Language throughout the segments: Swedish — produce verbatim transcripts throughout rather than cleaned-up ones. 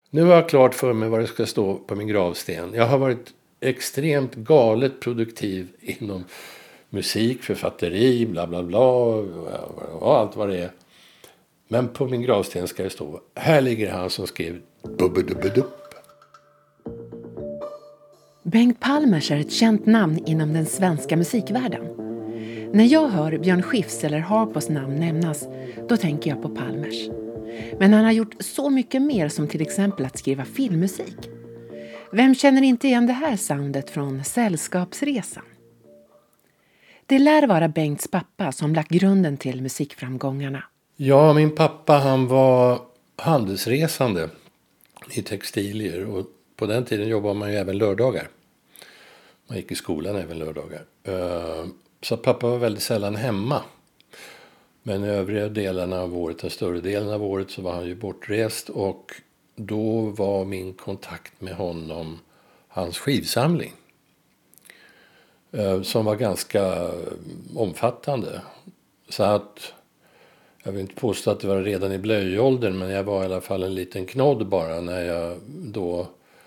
Nu har jag klart för mig vad det ska stå på min gravsten. Jag har varit extremt galet produktiv inom musik, författeri, bla bla bla och allt vad det är. Men på min gravsten ska det stå: här ligger han som skrev Bubbedubedupp. Bengt Palmers är ett känt namn inom den svenska musikvärlden. När jag hör Björn Skifs eller Harpos namn nämnas, då tänker jag på Palmers. Men han har gjort så mycket mer, som till exempel att skriva filmmusik. Vem känner inte igen det här soundet från Sällskapsresan? Det lär vara Bengts pappa som lagt grunden till musikframgångarna. Ja, min pappa han var handelsresande i textilier. Och på den tiden jobbade man ju även lördagar. Man gick i skolan även lördagar. Så pappa var väldigt sällan hemma. Men i övriga delarna av året, den större delen av året, så var han ju bortrest. Och då var min kontakt med honom hans skivsamling. Som var ganska omfattande. Så att, jag vill inte påstå att det var redan i blöjåldern, men jag var i alla fall en liten knodd bara när jag då,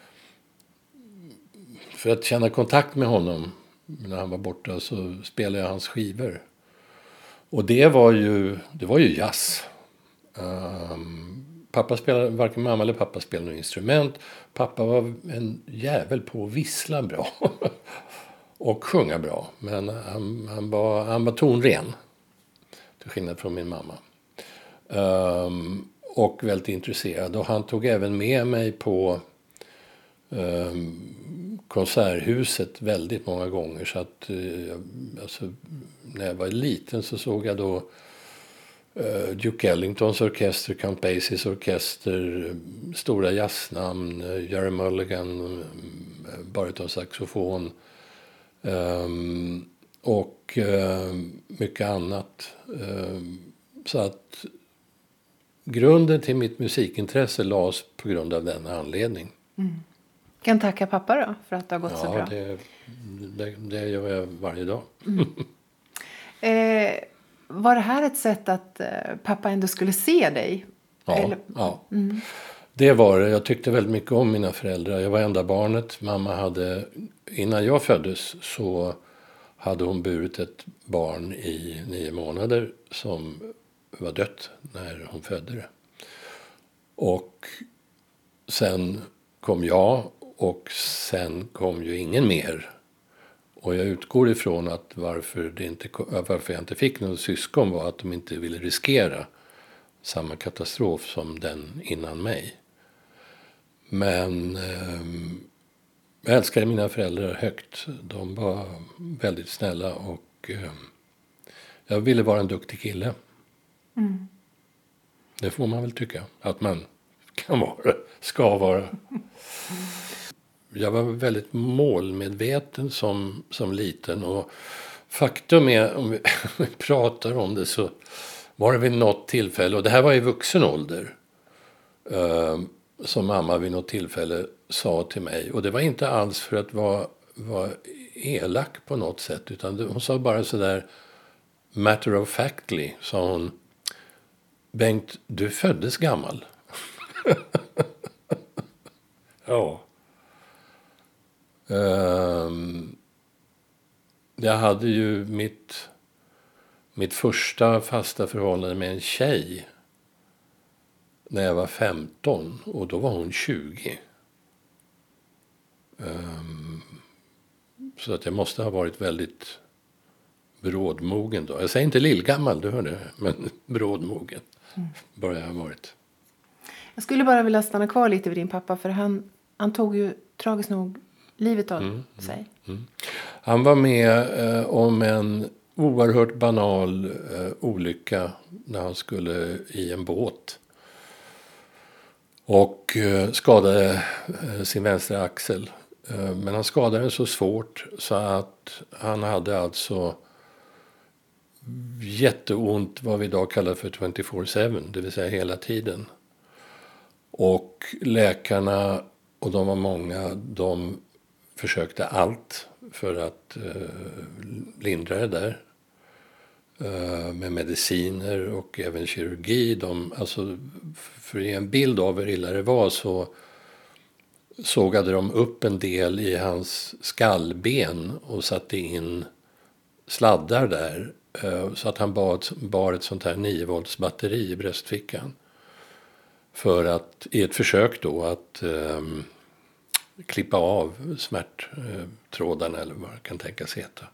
för att känna kontakt med honom när han var borta, så spelade jag hans skivor. Och det var ju, det var ju jazz. Um, pappa spelade, varken mamma eller pappa spelade något instrument. Pappa var en jävel på att vissla bra. Och sjunga bra. Men han, han, var, han var tonren. Till skillnad från min mamma. Um, och väldigt intresserad. Och han tog även med mig på um, konserthuset väldigt många gånger. Så att uh, alltså, när jag var liten så såg jag då uh, Duke Ellingtons orkester, Count Basies orkester, stora jazznamn, uh, Jerry Mulligan, uh, barytonsaxofon. Um, och uh, mycket annat. Um, så att grunden till mitt musikintresse lades på grund av den anledning. Mm. Kan tacka pappa då för att det har gått ja, så bra? Det, det, det gör jag varje dag. Mm. eh, var det här ett sätt att eh, pappa ändå skulle se dig? Ja, Eller? ja. Mm. Det var det. Jag tyckte väldigt mycket om mina föräldrar. Jag var enda barnet. Mamma hade, innan jag föddes så hade hon burit ett barn i nio månader som var dött när hon födde det. Och sen kom jag och sen kom ju ingen mer. Och jag utgår ifrån att varför, det inte, varför jag inte fick någon syskon var att de inte ville riskera samma katastrof som den innan mig. Men eh, jag älskade mina föräldrar högt. De var väldigt snälla och eh, jag ville vara en duktig kille. Mm. Det får man väl tycka att man kan vara, ska vara. Jag var väldigt målmedveten som, som liten och faktum är, om vi pratar om det, så var det vid något tillfälle, och det här var i vuxen ålder, eh, som mamma vid något tillfälle sa till mig, och det var inte alls för att vara, vara elak på något sätt, utan hon sa bara så där matter of factly, sa hon: Bengt, du föddes gammal. Ja. Um, jag hade ju mitt mitt första fasta förhållande med en tjej när jag var femton, och då var hon tjugo. Um, så att jag måste ha varit väldigt brådmogen då. Jag säger inte lillgammal, du hör det, men brådmogen. Mm. Bara jag har varit. Jag skulle bara vilja stanna kvar lite vid din pappa, för han, han tog ju tragiskt nog livet av mm, sig. Mm, mm. Han var med eh, om en oerhört banal eh, olycka när han skulle i en båt. Och eh, skadade eh, sin vänstra axel. Eh, men han skadade den så svårt så att han hade alltså jätteont, vad vi idag kallar för tjugofyra sju, det vill säga hela tiden. Och läkarna, och de var många, de försökte allt för att eh, lindra det där. Eh, med mediciner och även kirurgi. De, alltså, för att ge en bild av hur illa det var, så sågade de upp en del i hans skallben och satte in sladdar där. Så att han bar ett, bar ett sånt här nio volts batteri i bröstfickan. För att, i ett försök då att um, klippa av smärttrådarna eller vad det kan tänkas heta.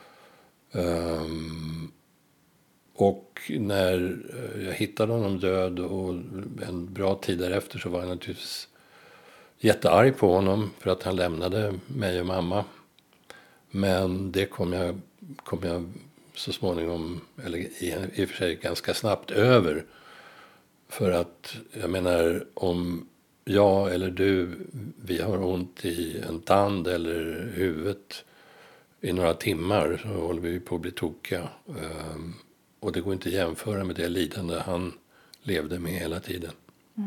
Um, och när jag hittade honom död och en bra tid därefter så var jag naturligtvis jättearg på honom för att han lämnade mig och mamma. Men det kom jag, kom jag så småningom, eller i, i och för sig ganska snabbt över. För att, jag menar, om jag eller du, vi har ont i en tand eller huvudet i några timmar så håller vi på att bli tokiga. Um, och det går inte att jämföra med det lidande han levde med hela tiden. Mm.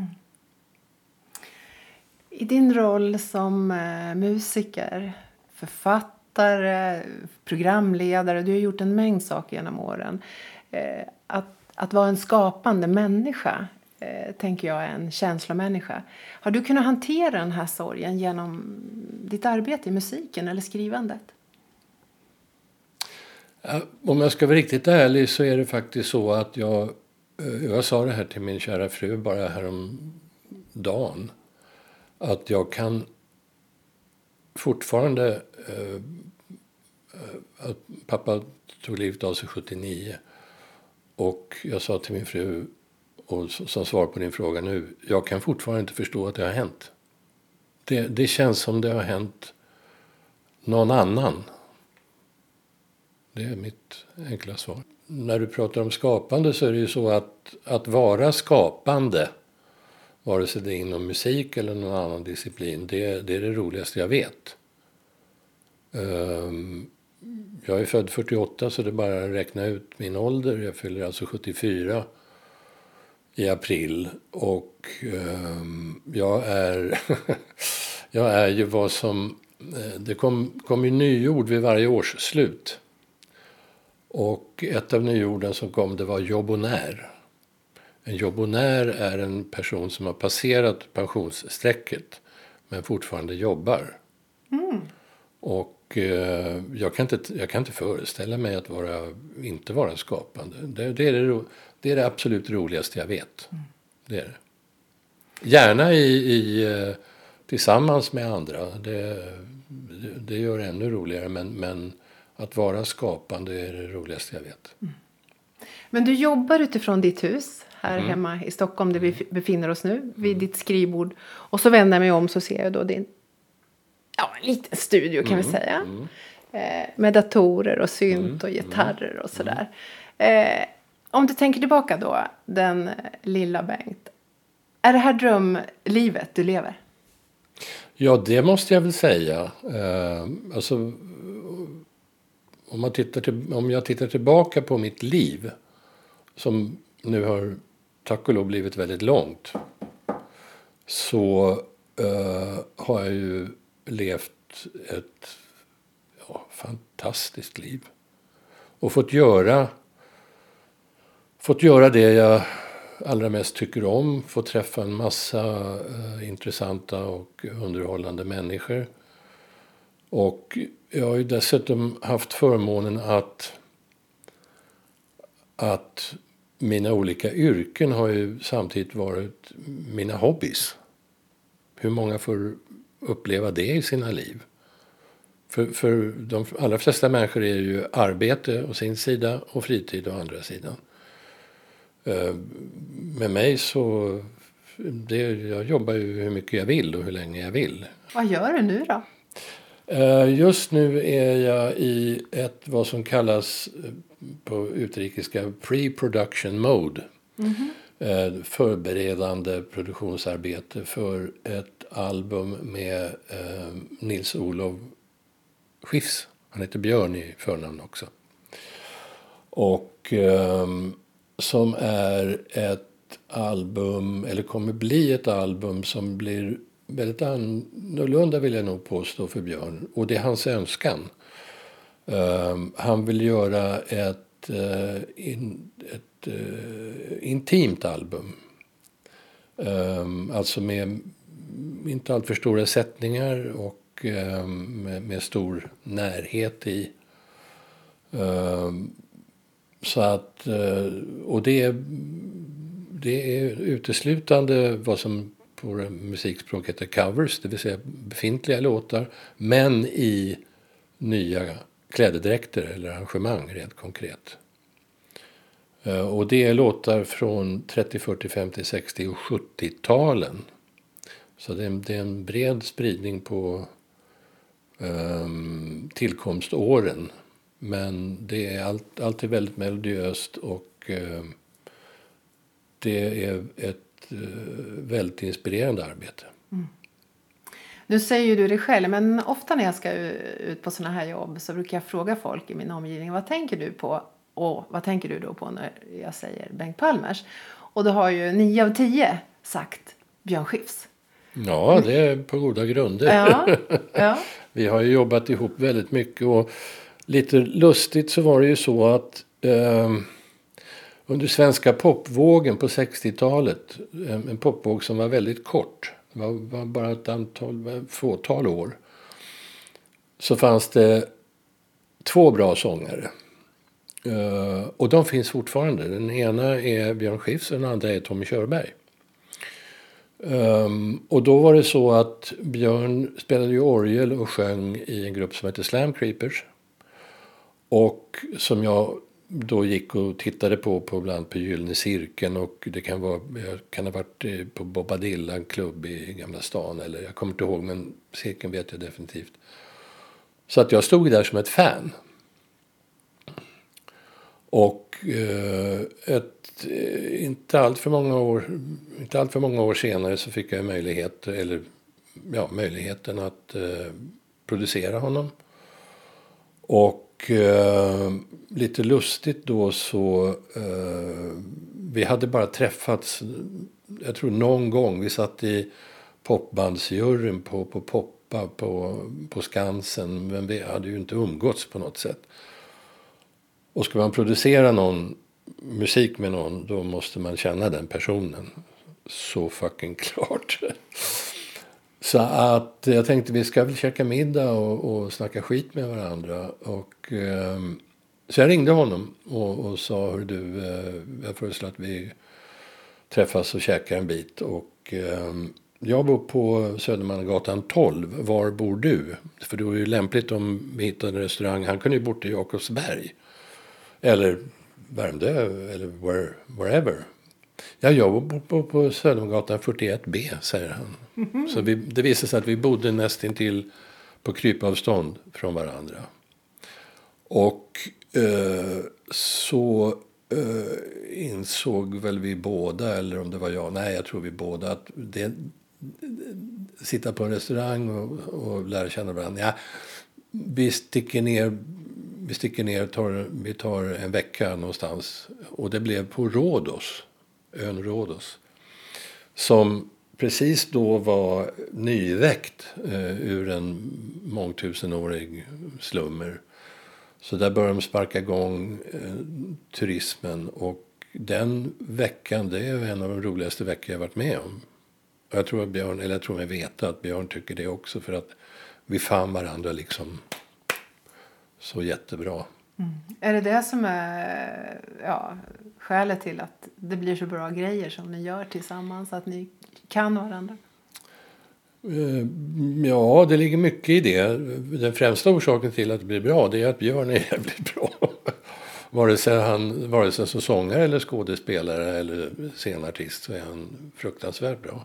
I din roll som uh, musiker, författare, programledare, du har gjort en mängd saker genom åren. Uh, att, att vara en skapande människa, uh, tänker jag är en känslomänniska. Har du kunnat hantera den här sorgen genom ditt arbete i musiken eller skrivandet? Om jag ska vara riktigt ärlig så är det faktiskt så att jag, jag sa det här till min kära fru bara häromdagen. Att jag kan fortfarande, äh, att pappa tog livet av sig sjuttionio. Och jag sa till min fru, och som svar på din fråga nu, jag kan fortfarande inte förstå att det har hänt. Det, det känns som det har hänt någon annan. Det är mitt enkla svar. När du pratar om skapande så är det ju så att, att vara skapande, vare sig det är inom musik eller någon annan disciplin, det, det är det roligaste jag vet. Um, jag är född fyrtioåtta så det är bara att räkna ut min ålder. Jag fyller alltså sjuttiofyra i april. Och um, jag är jag är ju vad som... Det kom, kom ju nyord vid varje års slut. Och ett av nyorden som kom, det var jobbonär. En jobbonär är en person som har passerat pensionsstrecket men fortfarande jobbar. Mm. Och eh, jag, kan inte, jag kan inte föreställa mig att vara, inte vara skapande. Det, det, är det, det är det absolut roligaste jag vet. Mm. Det är det. Gärna i, i, tillsammans med andra. Det, det gör det ännu roligare, men... men att vara skapande är det roligaste jag vet. Mm. Men du jobbar utifrån ditt hus här mm. hemma i Stockholm där vi befinner oss nu. Vid mm. ditt skrivbord. Och så vänder jag mig om så ser jag då din ja, en liten studio kan mm. vi säga. Mm. Eh, med datorer och synt mm. och gitarrer och sådär. Eh, om du tänker tillbaka då, den lilla Bengt. Är det här drömlivet du lever? Ja, det måste jag väl säga. Eh, alltså... Om, man tittar till, om jag tittar tillbaka på mitt liv som nu har tack och lov blivit väldigt långt så uh, har jag ju levt ett ja, fantastiskt liv och fått göra fått göra det jag allra mest tycker om, fått träffa en massa uh, intressanta och underhållande människor. Och jag har ju dessutom haft förmånen att, att mina olika yrken har ju samtidigt varit mina hobbys. Hur många får uppleva det i sina liv? För, för de allra flesta människor är ju arbete å sin sida och fritid å andra sidan. Med mig så... Det, jag jobbar ju hur mycket jag vill och hur länge jag vill. Vad gör du nu då? Just nu är jag i ett vad som kallas på utrikiska pre-production mode. Mm-hmm. Förberedande produktionsarbete för ett album med eh, Nils-Olof Schiffs. Han heter Björn i förnamn också. Och eh, som är ett album, eller kommer bli ett album som blir väldigt annorlunda vill jag nog påstå för Björn. Och det är hans önskan. Uh, han vill göra ett, uh, in, ett uh, intimt album. Uh, alltså med inte allt för stora sättningar och eh, med, med stor närhet i. Eh, så att, eh, och det är, det är uteslutande vad som på musikspråk heter covers, det vill säga befintliga låtar, men i nya klädedräkter eller arrangemang rent konkret. Och det är låtar från trettio, fyrtio, femtio, sextio och sjuttio-talen. Så det är, det är en bred spridning på um, tillkomståren. Men det är allt, alltid väldigt melodiöst och uh, det är ett uh, väldigt inspirerande arbete. Mm. Nu säger ju du det själv, men ofta när jag ska ut på såna här jobb så brukar jag fråga folk i min omgivning, vad tänker du på? Och vad tänker du då på när jag säger Bengt Palmers? Och då har ju nio av tio sagt Björn Skifs. Ja, det är på goda grunder. Ja, ja. Vi har ju jobbat ihop väldigt mycket och lite lustigt så var det ju så att eh, under svenska popvågen på sextiotalet, en, en popvåg som var väldigt kort, det var, var bara ett antal, fåtal år, så fanns det två bra sångare. Uh, och de finns fortfarande. Den ena är Björn Skifs och den andra är Tommy Körberg. Um, och då var det så att Björn spelade ju orgel och sjöng i en grupp som heter Slam Creepers. Och som jag då gick och tittade på, på bland annat på Gyllene Cirkeln, och det kan vara, jag kan ha varit på Bobadilla, en klubb i Gamla stan, eller jag kommer inte ihåg, men cirkeln vet jag definitivt. Så att jag stod där som ett fan. Och eh, ett, eh, inte allt för många år inte allt för många år senare så fick jag möjlighet eller ja, möjligheten att eh, producera honom. Och eh, lite lustigt då så eh, vi hade bara träffats, jag tror någon gång, vi satt i popbandsjuryn på, på Poppa på, på Skansen, men vi hade ju inte umgåtts på något sätt. Och ska man producera någon musik med någon, då måste man känna den personen. Så fucking klart. Så att jag tänkte vi ska väl käka middag och, och snacka skit med varandra. Och, eh, så jag ringde honom och, och sa, hör du, eh, jag föreslår att vi träffas och käkar en bit. Och eh, jag bor på Södermannagatan tolv. Var bor du? För det var ju lämpligt om vi hittade en restaurang. Han kunde ju bort till Jakobsberg. Eller Värmdö eller where, wherever. Ja, jag bor på, på Södermannagatan fyrtioett B, säger han. Mm-hmm. Så vi, det visade sig att vi bodde nästintill på krypavstånd från varandra. Och eh, så eh, insåg väl vi båda, eller om det var jag, nej jag tror vi båda, att det, sitta på en restaurang och, och lära känna varandra. Ja, vi sticker ner Vi sticker ner och tar, vi tar en vecka någonstans. Och det blev på Rhodos, ön Rhodos. Som precis då var nyväckt eh, ur en mångtusenårig slummer. Så där började de sparka igång eh, turismen. Och den veckan, det är en av de roligaste veckor jag varit med om. Och jag tror att Björn, eller jag tror mig veta att Björn tycker det också. För att vi fann varandra liksom så jättebra. Mm. Är det det som är ja, skälet till att det blir så bra grejer som ni gör tillsammans? Att ni kan varandra? Ja, det ligger mycket i det. Den främsta orsaken till att det blir bra, det är att Björn är jävligt bra. Vare sig, han, vare sig som sångare eller skådespelare eller scenartist så är han fruktansvärt bra.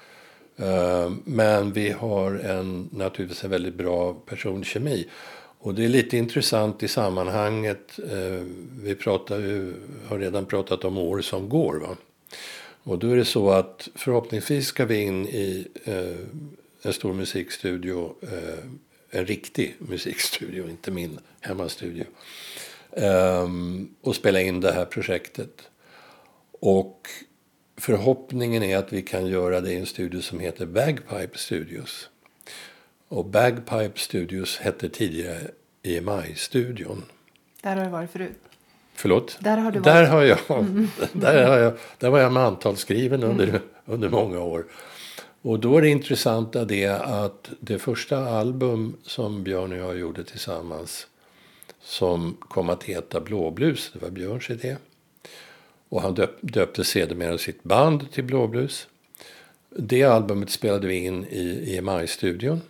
Men vi har en, naturligtvis en väldigt bra personkemi. Och det är lite intressant i sammanhanget. Vi pratar ju, har redan pratat om år som går, va? Och då är det så att förhoppningsvis ska vi in i eh, en stor musikstudio. Eh, en riktig musikstudio, inte min hemmastudio. Eh, och spela in det här projektet. Och förhoppningen är att vi kan göra det i en studio som heter Bagpipe Studios. Och Bagpipe Studios hette tidigare E M I-studion. Där har du varit förut. Förlåt? Där har du varit. Där har jag, mm. där har jag, där var jag med antalsskriven under, mm. under många år. Och då är det intressanta det att det första album som Björn och jag gjorde tillsammans, som kom att heta Blåblues, det var Björns idé. Och han döp, döpte sedermera sitt band till Blåblues. Det albumet spelade vi in i I M I-studion.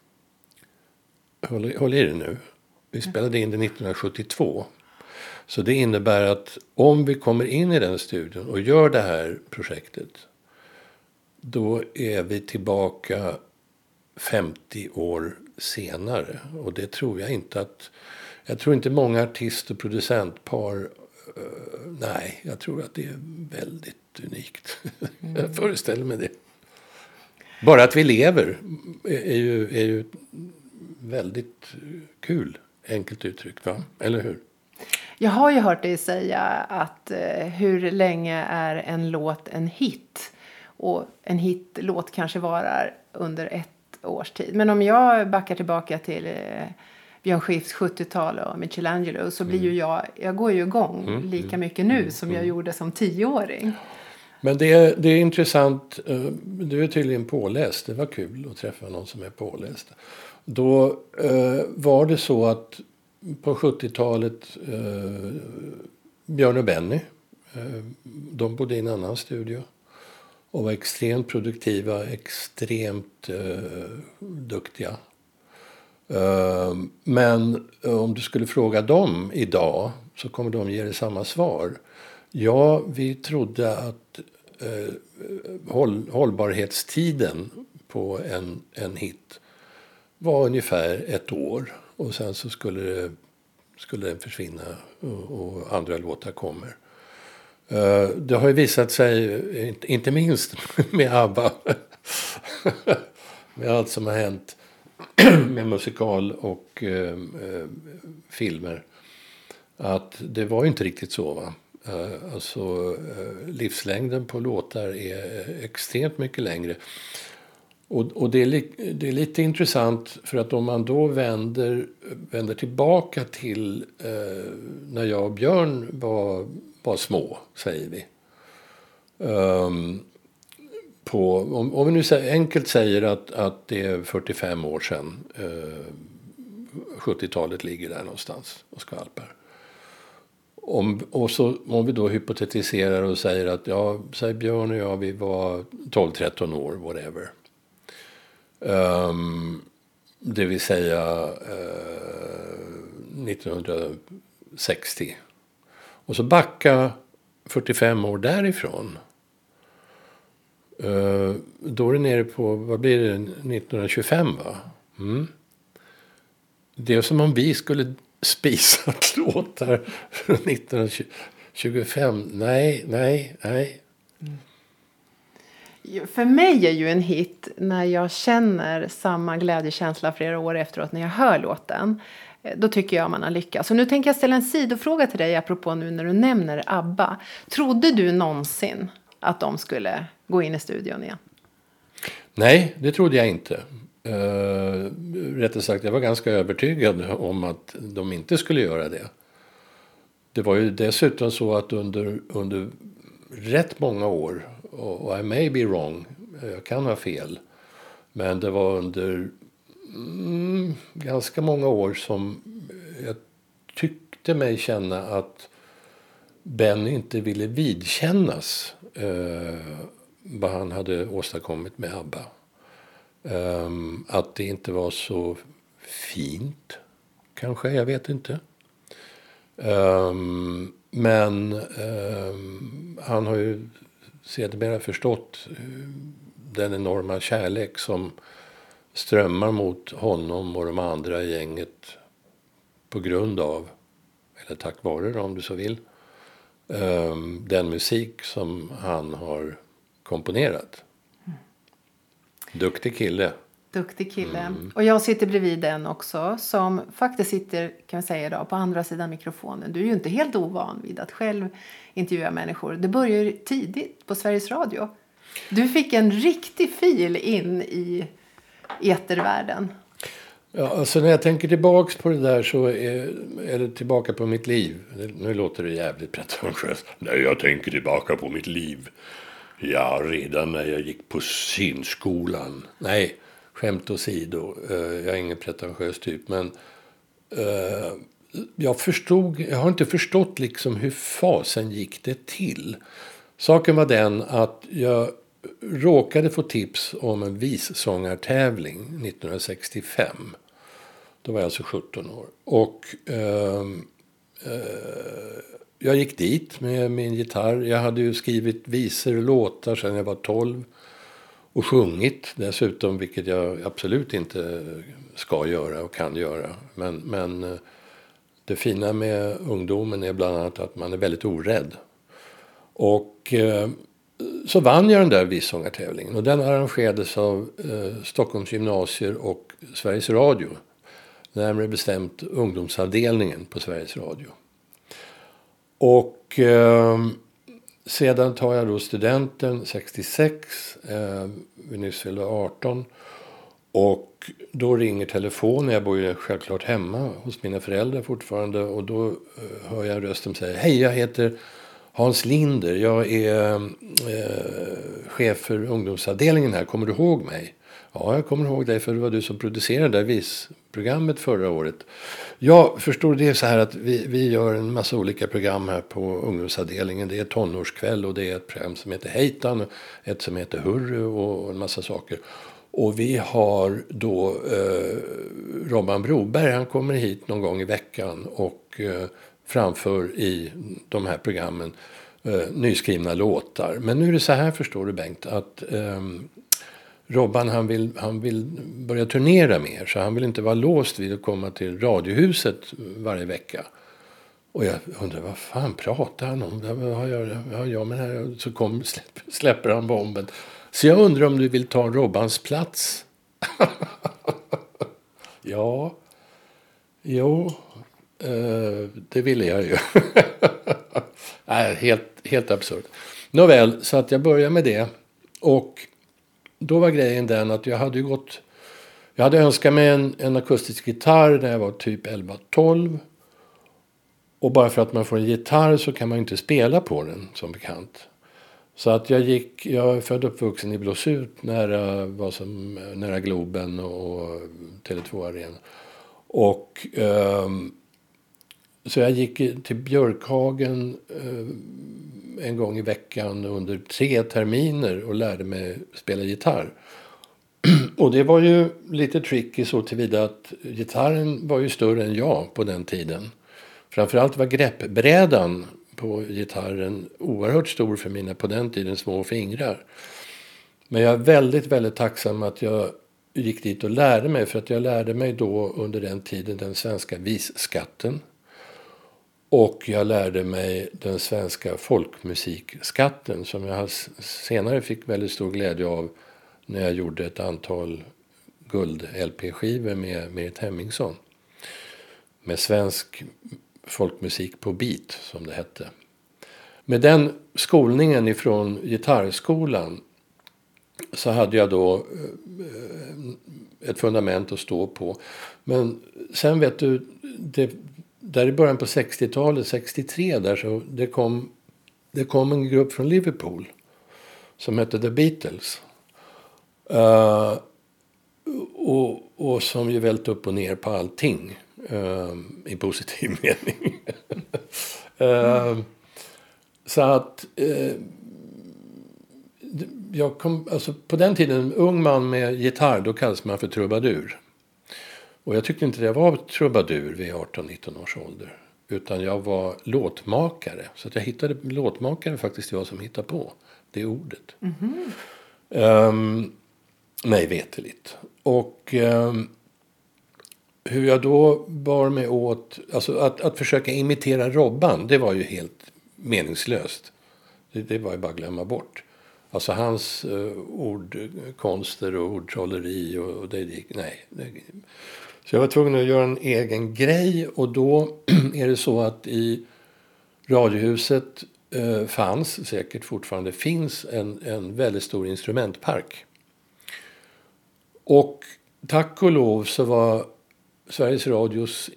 Håll, håll i det nu. Vi spelade in det nittonhundrasjuttiotvå. Så det innebär att om vi kommer in i den studion och gör det här projektet, då är vi tillbaka femtio år senare. Och det tror jag inte att... Jag tror inte många artist- och producentpar... Uh, nej, jag tror att det är väldigt unikt. Mm. Jag föreställer mig det. Bara att vi lever är, är, ju, är ju väldigt kul, enkelt uttryckt, va? Eller hur? Jag har ju hört dig säga att eh, hur länge är en låt en hit? Och en hitlåt kanske varar under ett års tid. Men om jag backar tillbaka till eh, Björn Skifs sjuttiotal och Michelangelo, så blir mm. ju jag, jag går ju igång mm. lika mycket nu som mm. jag gjorde som tioåring. Men det är, det är intressant, du är tydligen påläst, det var kul att träffa någon som är påläst. Då eh, var det så att på sjuttiotalet, eh, Björn och Benny, eh, de bodde i en annan studio och var extremt produktiva, extremt eh, duktiga. Eh, men om du skulle fråga dem idag så kommer de ge dig samma svar. Ja, vi trodde att eh, håll, hållbarhetstiden på en, en hit var ungefär ett år. Och sen så skulle, det, skulle den försvinna och, och andra låtar kommer. Uh, det har ju visat sig, inte minst med ABBA, med allt som har hänt med musikal och uh, uh, filmer, att det var ju inte riktigt så, va? Uh, alltså uh, livslängden på låtar är extremt mycket längre. Och, och det, är li, det är lite intressant, för att om man då vänder, vänder tillbaka till uh, när jag och Björn var, var små, säger vi. Um, på, om, om vi nu säger, enkelt säger att, att det är fyrtiofem år sedan, uh, sjuttiotalet ligger där någonstans och skvalpar. Om, och så, om vi då hypotetiserar och säger att ja, säg Björn och jag, vi var tolv tretton år, whatever. Um, det vill säga uh, nittonhundrasextio. Och så backa fyrtiofem år därifrån. Uh, då är det nere på, vad blir det, nittonhundratjugofem, va? Mm. Det är som om vi skulle spisat låtar från nittonhundratjugofem. Nej, nej, nej. Mm. För mig är ju en hit när jag känner samma glädjekänsla flera år efteråt när jag hör låten. Då tycker jag man har lyckats. Så nu tänker jag ställa en sidofråga till dig apropå nu när du nämner ABBA. Trodde du någonsin att de skulle gå in i studion igen? Nej, det trodde jag inte. Uh, rättare sagt, jag var ganska övertygad om att de inte skulle göra det. Det var ju dessutom så att under, under rätt många år, och I may be wrong, jag kan ha fel, men det var under mm, ganska många år som jag tyckte mig känna att Ben inte ville vidkännas uh, vad han hade åstadkommit med ABBA. Um, att det inte var så fint, kanske, jag vet inte. Um, men um, han har ju sedermera förstått uh, den enorma kärlek som strömmar mot honom och de andra i gänget på grund av, eller tack vare om du så vill, um, den musik som han har komponerat. Duktig kille. Duktig kille. Mm. Och jag sitter bredvid den också, som faktiskt sitter, kan vi säga idag, på andra sidan mikrofonen. Du är ju inte helt ovan vid att själv intervjua människor. Det börjar ju tidigt på Sveriges Radio. Du fick en riktig fil in i etervärlden. Ja, alltså när jag tänker tillbaks på det där så är, är det tillbaka på mitt liv. Nu låter det jävligt pretentiöst. Nej, jag tänker tillbaka på mitt liv. Ja, redan när jag gick på scenskolan. Nej, skämt åsido. Uh, jag är ingen pretentiös typ, men uh, jag förstod, jag har inte förstått liksom hur fasen gick det till. Saken var den att jag råkade få tips om en vissångartävling nittonhundrasextiofem. Då var jag alltså sjutton år. Och uh, uh, jag gick dit med min gitarr. Jag hade ju skrivit visor och låtar sedan jag var tolv. Och sjungit dessutom, vilket jag absolut inte ska göra och kan göra. Men, men det fina med ungdomen är bland annat att man är väldigt orädd. Och eh, så vann jag den där vissångartävlingen. Och den arrangerades av eh, Stockholms gymnasier och Sveriges Radio. Närmare bestämt ungdomsavdelningen på Sveriges Radio. Och eh, sedan tar jag då studenten sextiosex, eh, vi nyss fyllde arton. Och då ringer telefonen, jag bor ju självklart hemma hos mina föräldrar fortfarande. Och då eh, hör jag en röst som säger: hej, jag heter Hans Linder, jag är eh, chef för ungdomsavdelningen här, kommer du ihåg mig? Ja, jag kommer ihåg dig, för det var du som producerade det visprogrammet förra året. Ja, förstår du, det är så här att vi, vi gör en massa olika program här på ungdomsavdelningen. Det är tonårskväll och det är ett program som heter Heitan, ett som heter Hurru och en massa saker. Och vi har då eh, Robban Broberg, han kommer hit någon gång i veckan och eh, framför i de här programmen eh, nyskrivna låtar. Men nu är det så här, förstår du Bengt, att eh, Robban han vill, han vill börja turnera mer, så han vill inte vara låst vid att komma till Radiohuset varje vecka. Och jag undrar, vad fan pratar han om? Vad har jag, vad har jag med det här? Så kom, släpp, släpper han bomben. Så jag undrar om du vill ta Robbans plats? Ja, jo, eh, det ville jag ju. Nej, helt, helt absurt. Nåväl, så att jag började med det. Och då var grejen den att jag hade ju gått... Jag hade önskat mig en, en akustisk gitarr när jag var typ elva tolv. Och bara för att man får en gitarr så kan man inte spela på den, som bekant. Så att jag gick... Jag är född uppvuxen i Blåsut, nära, var som, nära Globen och Tele två Arena. Och... Um, så jag gick till Björkhagen eh, en gång i veckan under tre terminer och lärde mig spela gitarr. Och det var ju lite tricky så tillvida att gitarren var ju större än jag på den tiden. Framförallt var greppbrädan på gitarren oerhört stor för mina på den tiden små fingrar. Men jag är väldigt, väldigt tacksam att jag gick dit och lärde mig, för att jag lärde mig då under den tiden den svenska visskatten. Och jag lärde mig den svenska folkmusikskatten som jag senare fick väldigt stor glädje av när jag gjorde ett antal guld-L P-skivor med Merit Hemmingsson. Med svensk folkmusik på beat, som det hette. Med den skolningen ifrån gitarrskolan så hade jag då ett fundament att stå på. Men sen vet du, det... Där i början på sextiotalet, sextiotre, där så det kom, det kom en grupp från Liverpool som hette The Beatles. Uh, och, och som ju vält upp och ner på allting uh, i positiv mening. uh, så att uh, jag kom, alltså på den tiden, en ung man med gitarr, då kallades man för trubadur. Och jag tyckte inte det var trubadur vid arton nitton års ålder. Utan jag var låtmakare. Så att jag hittade låtmakare faktiskt jag som hittade på det ordet. Mm-hmm. Um, mig veteligt. Och um, hur jag då bar mig åt... Alltså att, att försöka imitera Robban, det var ju helt meningslöst. Det, det var ju bara att glömma bort. Alltså hans uh, ordkonster och ordtrolleri och, och det gick... Nej, det, så jag var tvungen att göra en egen grej, och då är det så att i Radiohuset eh, fanns, säkert fortfarande finns, en, en väldigt stor instrumentpark. Och tack och lov så var Sveriges Radios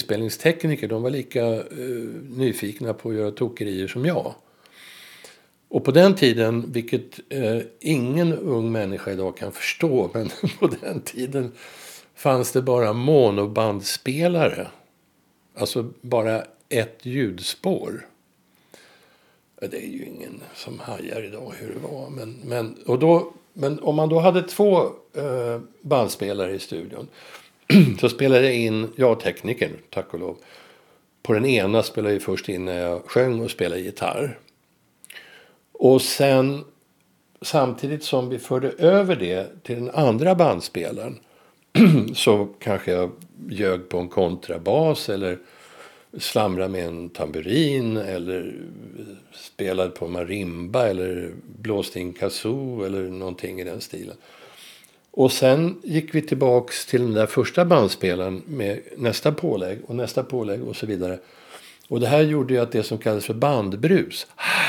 inspelningstekniker, de var lika eh, nyfikna på att göra tokerier som jag. Och på den tiden, vilket eh, ingen ung människa idag kan förstå, men på den tiden fanns det bara monobandspelare. Alltså bara ett ljudspår. Det är ju ingen som hajar idag hur det var. Men, men, och då, men om man då hade två eh, bandspelare i studion så spelade jag in, jag teknikern, tack och lov. På den ena spelade jag först in när jag sjöng och spelade gitarr. Och sen samtidigt som vi förde över det till den andra bandspelaren så kanske jag ljög på en kontrabas eller slamra med en tamburin eller spelade på marimba eller blåste in kazoo eller någonting i den stilen. Och sen gick vi tillbaks till den där första bandspelaren med nästa pålägg och nästa pålägg och så vidare. Och det här gjorde ju att det som kallas för bandbrus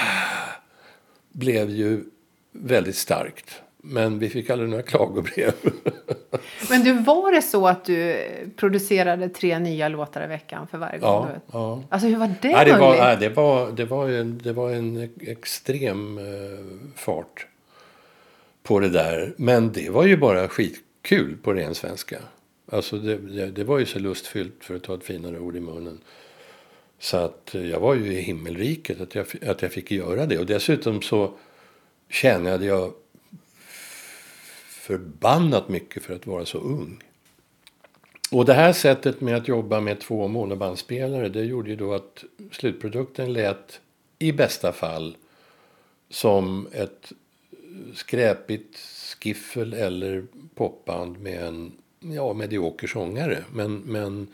blev ju väldigt starkt. Men vi fick aldrig några klagobrev. Men du, var det så att du producerade tre nya låtar i veckan för varje gång? Ja, du... ja. Alltså hur var det nej, det var, möjligt? nej, det var, det var, en, det var en extrem eh, fart på det där. Men det var ju bara skitkul på ren svenska. Alltså det, det, det var ju så lustfyllt, för att ta ett finare ord i munnen. Så att jag var ju i himmelriket att jag, att jag fick göra det. Och dessutom så kände jag förbannat mycket för att vara så ung. Och det här sättet med att jobba med två monobandspelare, det gjorde ju då att slutprodukten lät i bästa fall som ett skräpigt skiffel eller popband med en ja, medioker sångare. Men, men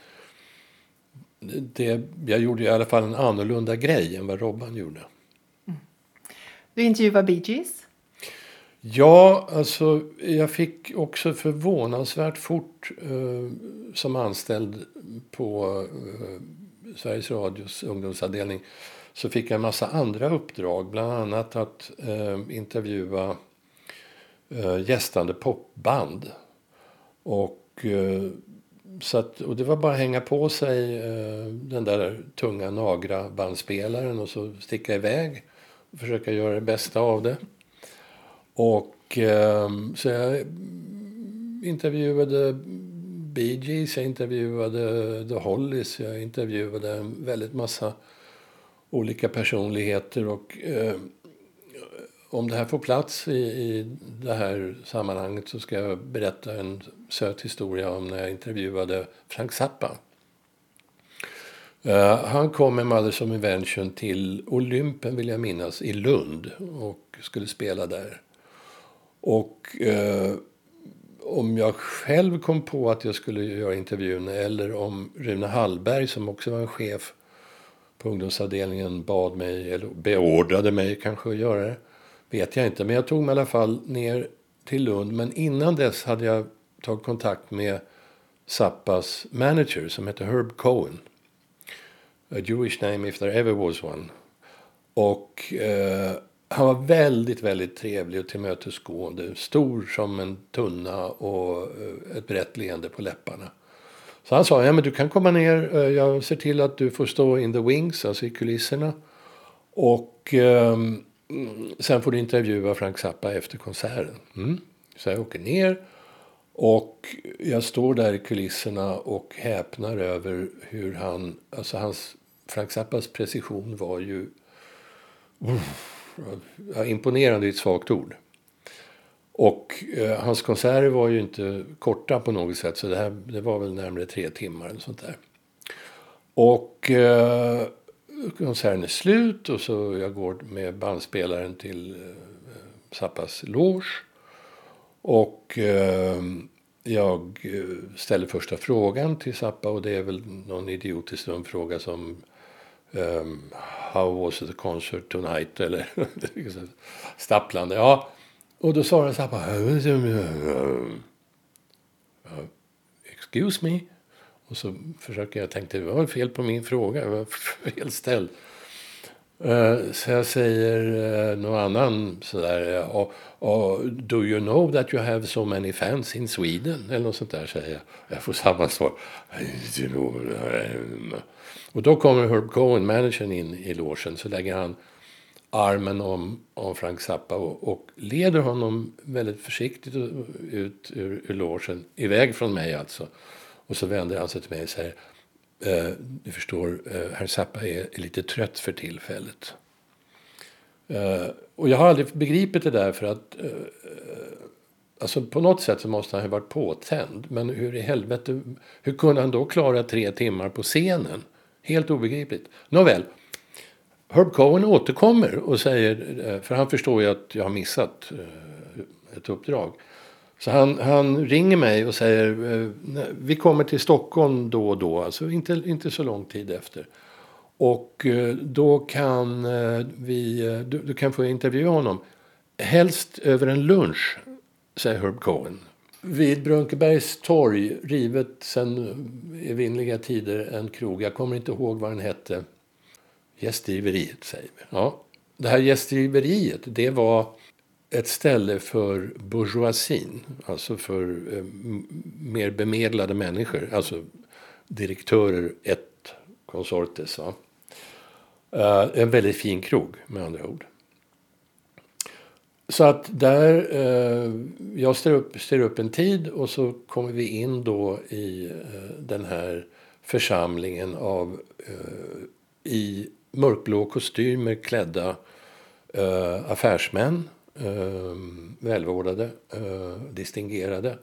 det, jag gjorde i alla fall en annorlunda grej än vad Robban gjorde. Mm. Du intervjuade Bee Gees. Ja, alltså jag fick också förvånansvärt fort eh, som anställd på eh, Sveriges Radios ungdomsavdelning så fick jag en massa andra uppdrag. Bland annat att eh, intervjua eh, gästande popband. Och, eh, så att, och det var bara att hänga på sig eh, den där tunga nagra bandspelaren och så sticka iväg och försöka göra det bästa av det. Och eh, så jag intervjuade Bee Gees, jag intervjuade The Hollies, jag intervjuade en väldigt massa olika personligheter. Och eh, om det här får plats i, i det här sammanhanget så ska jag berätta en söt historia om när jag intervjuade Frank Zappa. Uh, han kom med Mothers of Invention till Olympen, vill jag minnas, i Lund och skulle spela där. Och eh, om jag själv kom på att jag skulle göra intervjun eller om Rune Hallberg som också var en chef på ungdomsavdelningen bad mig eller beordrade mig kanske att göra det, vet jag inte. Men jag tog mig i alla fall ner till Lund. Men innan dess hade jag tagit kontakt med Zappas manager som heter Herb Cohen. A Jewish name if there ever was one. Och eh, han var väldigt, väldigt trevlig och tillmötesgående. Stor som en tunna och ett brett leende på läpparna. Så han sa, ja men du kan komma ner. Jag ser till att du får stå in the wings, alltså i kulisserna. Och eh, sen får du intervjua Frank Zappa efter konserten. Mm. Så jag åker ner. Och jag står där i kulisserna och häpnar över hur han, alltså hans, Frank Zappas precision var ju ja, imponerande i ett svagt ord. Och eh, hans konserter var ju inte korta på något sätt, så det här det var väl närmare tre timmar eller sånt där. Och eh, konserten är slut och så jag går med bandspelaren till eh, Zappas loge. Och eh, jag ställer första frågan till Zappa och det är väl någon idiotisk dum fråga som um, how was the concert tonight eller stapplande. Ja, och då svarar Zappa excuse me. Och så försöker jag tänka, det var fel på min fråga, det var fel ställd. Uh, så jag säger uh, någon annan sådär, uh, uh, do you know that you have so many fans in Sweden? Eller något sånt där säger jag. Jag får samma svar. Och då kommer Herb Cohen, managern, in i logen, så lägger han armen om, om Frank Zappa och, och leder honom väldigt försiktigt ut ur, ur logen, iväg från mig alltså. Och så vänder han sig till mig och säger, eh, du förstår, eh, herr Zappa är, är lite trött för tillfället. Eh, och jag har aldrig begripit det där, för att eh, alltså på något sätt så måste han ha varit påtänd. Men hur i helvete, hur kunde han då klara tre timmar på scenen? Helt obegripligt. Nåväl, Herb Cohen återkommer och säger, för han förstår ju att jag har missat ett uppdrag. Så han, han ringer mig och säger, vi kommer till Stockholm då och då, alltså inte, inte så lång tid efter. Och då kan vi, du, du kan få intervjua honom, helst över en lunch, säger Herb Cohen. Vid Brunkebergs torg, rivet sen evinnerliga tider, en krog. Jag kommer inte ihåg vad den hette. Gästgiveriet, säger vi. Ja. Det här gästgiveriet, det var ett ställe för bourgeoisien. Alltså för eh, mer bemedlade människor. Alltså direktörer, ett konsortes. Va? Uh, en väldigt fin krog, med andra ord. Så att där, eh, jag ställer upp, ställer upp en tid och så kommer vi in då i eh, den här församlingen av eh, i mörkblå kostymer klädda eh, affärsmän, eh, välvårdade, eh, distingerade.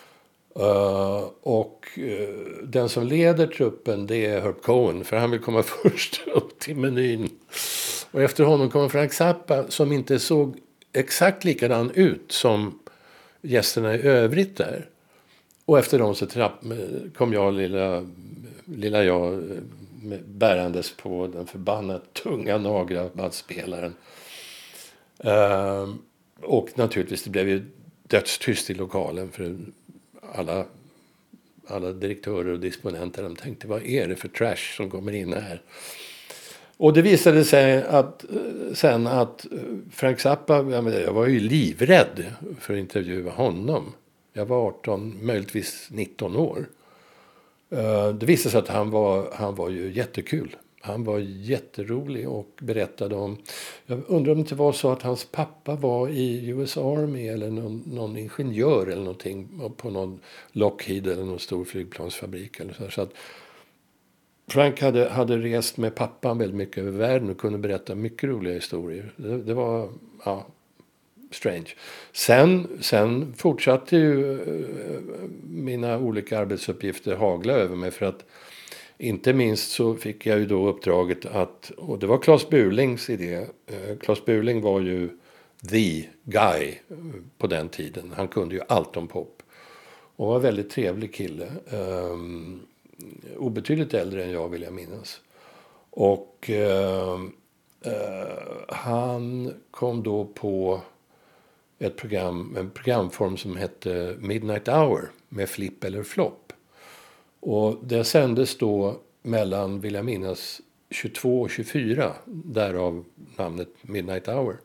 Uh, och uh, den som leder truppen, det är Herb Cohen, för han vill komma först upp till menyn. Och efter honom kommer Frank Zappa, som inte såg exakt likadan ut som gästerna i övrigt där. Och efter dem så trapp, kom jag, lilla, lilla jag, bärandes på den förbannat tunga nagra bandspelaren. Uh, och naturligtvis, det blev ju dödstyst i lokalen, för alla, alla direktörer och disponenter, de tänkte, vad är det för trash som kommer in här? Och det visade sig att sen att Frank Zappa, jag var ju livrädd för att intervjua honom. Jag var arton, möjligtvis nitton år. Det visade sig att han var, han var ju jättekul. Han var jätterolig och berättade om... Jag undrar om det inte var så att hans pappa var i U S Army eller någon, någon ingenjör eller någonting på någon Lockheed eller någon stor flygplansfabrik. Eller så, så att Frank hade, hade rest med pappan väldigt mycket över världen och kunde berätta mycket roliga historier. Det, det var, ja, strange. Sen, sen fortsatte ju mina olika arbetsuppgifter hagla över mig, för att inte minst så fick jag ju då uppdraget att, och det var Claes Burlings idé. Claes Burling var ju the guy på den tiden. Han kunde ju allt om pop. Och var en väldigt trevlig kille. Um, obetydligt äldre än jag, vill jag minnas. Och uh, uh, han kom då på ett program, en programform som hette Midnight Hour med Flipp eller Flopp. Och det sändes då mellan, vill jag minnas, tjugotvå och tjugofyra, därav namnet Midnight Hour.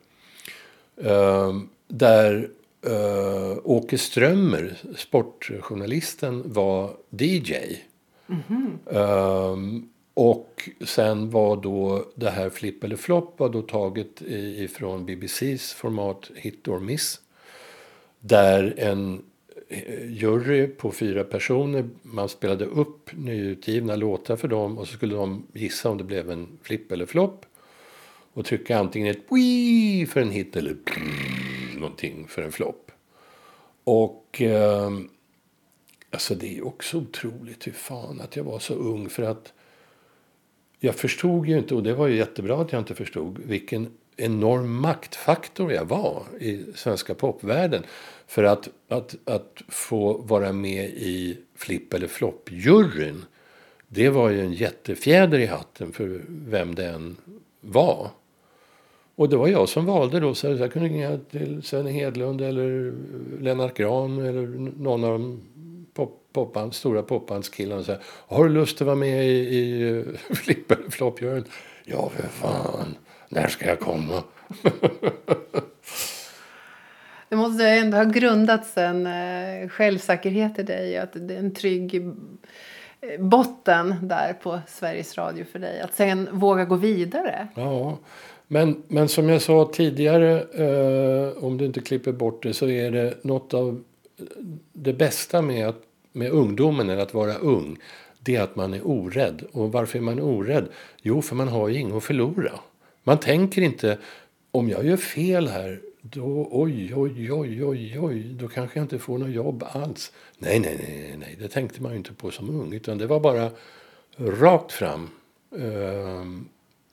Uh, där uh, Åke Strömmer, sportjournalisten, var D J. Mm-hmm. Uh, och sen var då det här Flipp eller Flopp var då taget ifrån B B C:s format Hit or Miss. Där en jury på fyra personer, man spelade upp nyutgivna låtar för dem och så skulle de gissa om det blev en flipp eller flopp och trycka antingen ett wii för en hit eller någonting för en flopp. Och eh, alltså det är också otroligt hur fan att jag var så ung, för att jag förstod ju inte, och det var ju jättebra att jag inte förstod, vilken enorm maktfaktor jag var i svenska popvärlden. För att, att, att få vara med i Flipp eller Flopp-juryn, det var ju en jättefjäder i hatten för vem det än var. Och det var jag som valde då, så jag kunde ringa till Sven Hedlund eller Lennart Grahn eller någon av de pop, popband, stora popbandskillarna och säga, har du lust att vara med i, i Flipp eller Flopp-juryn? Ja, för fan, när ska jag komma? Det måste ändå ha grundats en eh, självsäkerhet i dig. Att det är en trygg botten där på Sveriges Radio för dig. Att sen våga gå vidare. Ja, Men, men som jag sa tidigare, eh, om du inte klipper bort det, så är det något av det bästa med, att, med ungdomen, eller att vara ung. Det är att man är orädd. Och varför är man orädd? Jo, för man har ju inget att förlora. Man tänker inte, om jag gör fel här, då oj, oj, oj, oj, oj, då kanske jag inte får något jobb alls. Nej, nej, nej, nej, det tänkte man ju inte på som ung. Utan det var bara rakt fram. Ehm,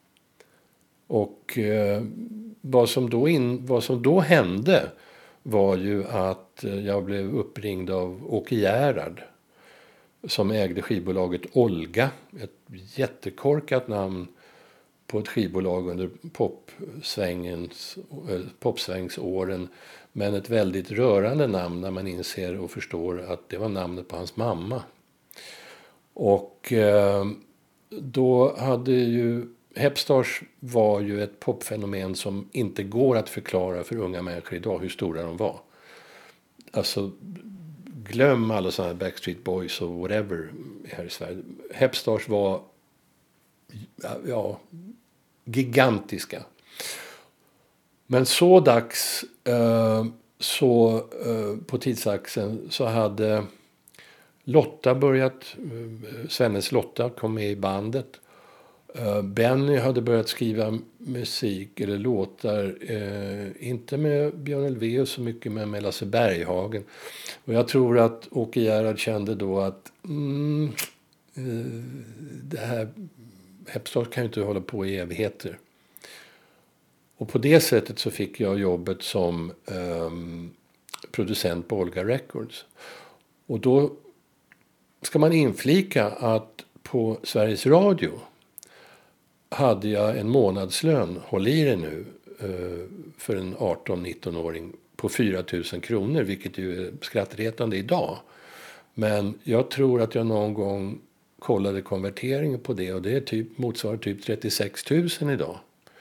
och eh, vad, som då in, vad som då hände var ju att jag blev uppringd av Åke Gerhard, som ägde skivbolaget Olga. Ett jättekorkat namn på ett skivbolag under popsvängens, popsvängsåren. Men ett väldigt rörande namn när man inser och förstår att det var namnet på hans mamma. Och eh, då hade ju... Hepstars var ju ett popfenomen som inte går att förklara för unga människor idag hur stora de var. Alltså, glöm alla sådana här Backstreet Boys och whatever här i Sverige. Hepstars var ja, gigantiska. Men så dags eh, så eh, på tidsaxeln så hade Lotta börjat, eh, Svennes Lotta kom med i bandet. Uh, Benny hade börjat skriva musik eller låtar, uh, inte med Björn Ulvaeus så mycket, men med Lasse Berghagen. Och jag tror att Åke Gerhard kände då att mm, uh, det här Hepstars kan ju inte hålla på i evigheter. Och på det sättet så fick jag jobbet som um, producent på Olga Records. Och då ska man inflika att på Sveriges Radio hade jag en månadslön, håll i det nu, för en arton-nitton-åring på fyra tusen kronor, vilket ju är skrattretande idag. Men jag tror att jag någon gång kollade konverteringen på det, och det är typ, motsvarar typ trettiosex tusen idag.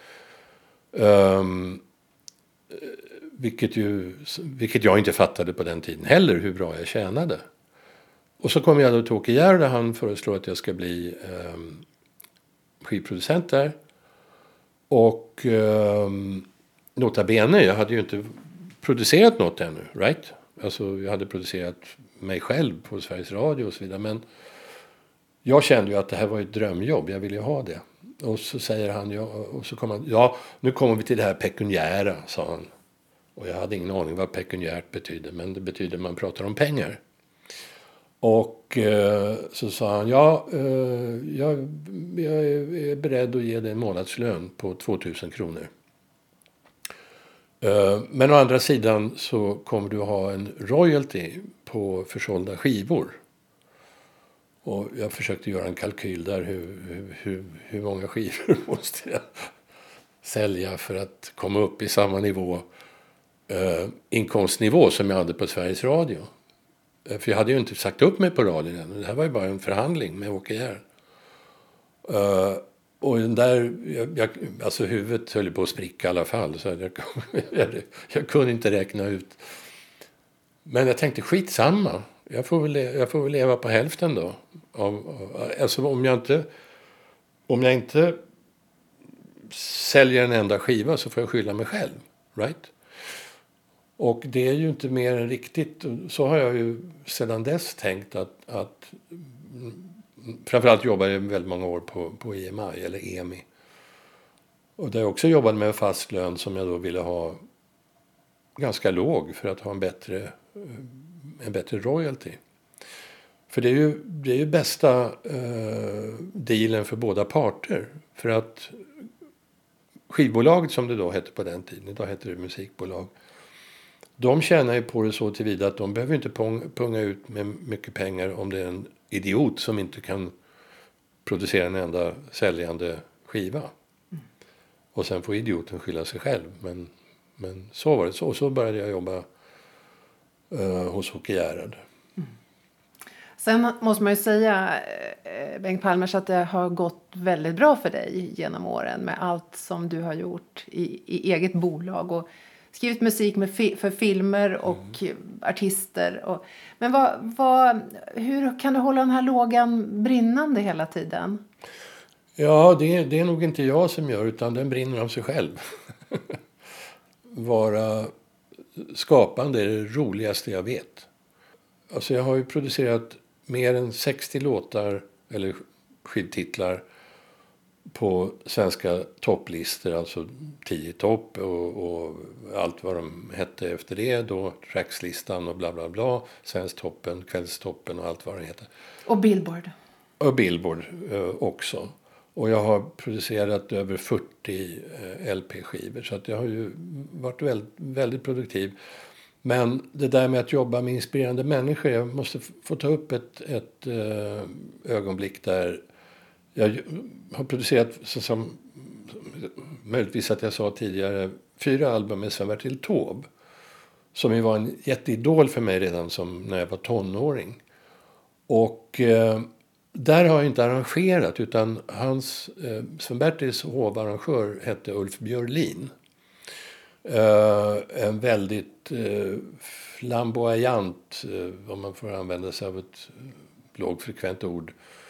Um, vilket, ju, vilket jag inte fattade på den tiden heller, hur bra jag tjänade. Och så kom jag då till Åke Gerhard, där han föreslår att jag ska bli um, skivproducent där. Och eh, nota bene, jag hade ju inte producerat något ännu, right? Alltså jag hade producerat mig själv på Sveriges Radio och så vidare. Men jag kände ju att det här var ett drömjobb, jag ville ju ha det. Och så säger han, ja, och så kommer han, ja, nu kommer vi till det här pekuniära, sa han. Och jag hade ingen aning vad pekuniärt betyder, men det betyder man pratar om pengar. Och eh, så sa han, ja, eh, jag, jag är beredd att ge dig en månadslön på tvåtusen kronor. Eh, men å andra sidan så kommer du att ha en royalty på försålda skivor. Och jag försökte göra en kalkyl där, hur, hur, hur många skivor måste jag sälja för att komma upp i samma nivå, eh, inkomstnivå som jag hade på Sveriges Radio. För jag hade ju inte sagt upp mig på radion än. Det här var ju bara en förhandling med Åke Gerhard. Uh, och den där, jag, jag, alltså huvudet höll på att spricka i alla fall. Så jag, jag, jag kunde inte räkna ut. Men jag tänkte, skitsamma. Jag får väl, jag får väl leva på hälften då. Av, av, alltså om jag inte, om jag inte säljer en enda skiva så får jag skylla mig själv. Right? Och det är ju inte mer än riktigt. Så har jag ju sedan dess tänkt att, att framförallt jobbade jag väldigt många år på, på E M I eller E M I. Och där jag också jobbade med en fast lön som jag då ville ha ganska låg för att ha en bättre, en bättre royalty. För det är ju, det är ju bästa eh, dealen för båda parter. För att skivbolaget, som det då hette på den tiden, idag heter det musikbolag, de tjänar ju på det så tillvida att de behöver inte punga ut med mycket pengar om det är en idiot som inte kan producera en enda säljande skiva. Mm. Och sen får idioten skylla sig själv. Men, men så var det. Så, så började jag jobba uh, hos Åke Gerhard. Mm. Sen måste man ju säga, Bengt Palmers, att det har gått väldigt bra för dig genom åren med allt som du har gjort i, i eget bolag och skrivit musik med fi- för filmer och mm. artister. Och, men vad, vad, hur kan du hålla den här lågan brinnande hela tiden? Ja, det, det är nog inte jag som gör, utan den brinner av sig själv. Vara skapande är det roligaste jag vet. Alltså jag har ju producerat mer än sextio låtar eller skivtitlar på svenska topplistor, alltså tio topp och, och allt vad de hette efter det, då trackslistan och bla bla bla, Svensktoppen, Kvällstoppen och allt vad det heter. Och Billboard. Och Billboard eh, också. Och jag har producerat över fyrtio eh, L P-skivor, så att jag har ju varit väldigt, väldigt produktiv. Men det där med att jobba med inspirerande människor, jag måste f- få ta upp ett, ett eh, ögonblick där jag har producerat, så som möjligtvis att jag sa tidigare, fyra album med Sven-Bertil Taube. Som ju var en jätteidol för mig redan som när jag var tonåring. Och eh, där har jag inte arrangerat, utan hans, eh, Sven-Bertils hovarrangör hette Ulf Björlin. Eh, en väldigt eh, flamboyant, eh, om man får använda sig av ett lågfrekvent ord,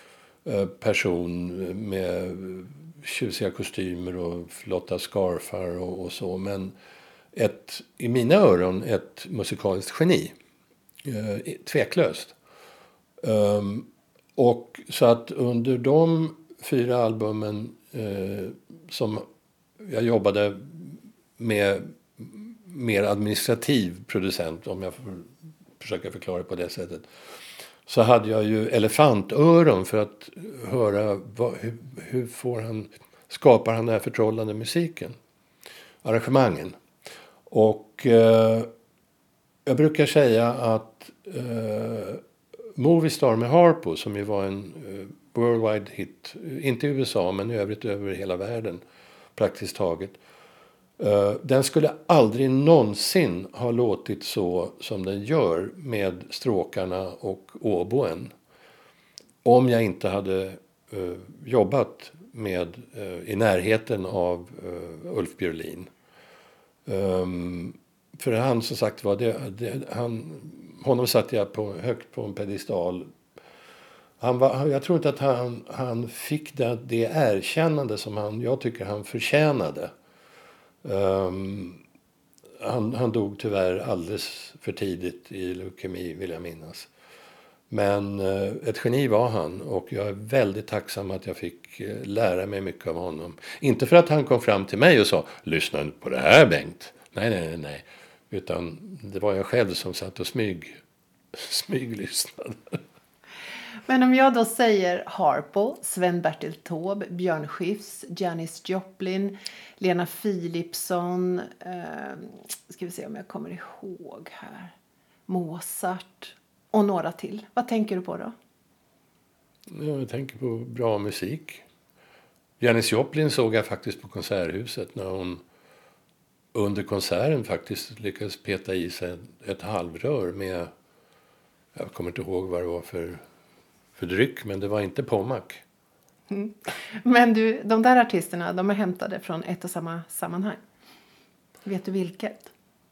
person med tjusiga kostymer och flotta scarfar och, och så. Men ett, i mina öron ett musikaliskt geni. Eh, tveklöst. Um, och så att under de fyra albumen eh, som jag jobbade med mer administrativ producent, om jag får försöka förklara på det sättet, så hade jag ju elefantöron för att höra vad, hur, hur får han, skapar han den här förtrollande musiken, arrangemangen. Och eh, jag brukar säga att eh, Movistar med Harpo, som ju var en eh, worldwide hit, inte i U S A men i övrigt över hela världen praktiskt taget, Uh, den skulle aldrig någonsin ha låtit så som den gör med stråkarna och oboen om jag inte hade uh, jobbat med uh, i närheten av uh, Ulf Björlin. Um, för han, som sagt var, det, det, han, honom satte jag på, högt på en pedestal. Han var, jag tror inte att han, han fick det, det erkännande som han, jag tycker han förtjänade. Um, han, han dog tyvärr alldeles för tidigt i leukemi, vill jag minnas. Men uh, ett geni var han, och jag är väldigt tacksam att jag fick uh, lära mig mycket av honom. Inte för att han kom fram till mig och sa, lyssna på det här, Bengt. Nej, nej, nej, nej. Utan det var jag själv som satt och smyg, smyglyssnade. Men om jag då säger Harpo, Sven-Bertil Taube, Björn Skifs, Janis Joplin, Lena Philipsson, eh, ska vi se om jag kommer ihåg här, Mozart och några till. Vad tänker du på då? Jag tänker på bra musik. Janis Joplin såg jag faktiskt på Konserthuset när hon under konserten faktiskt lyckades peta i sig ett halvrör med, jag kommer inte ihåg vad det var för för dryck, men det var inte Pommac. Mm. Men du, de där artisterna, de är hämtade från ett och samma sammanhang. Vet du vilket?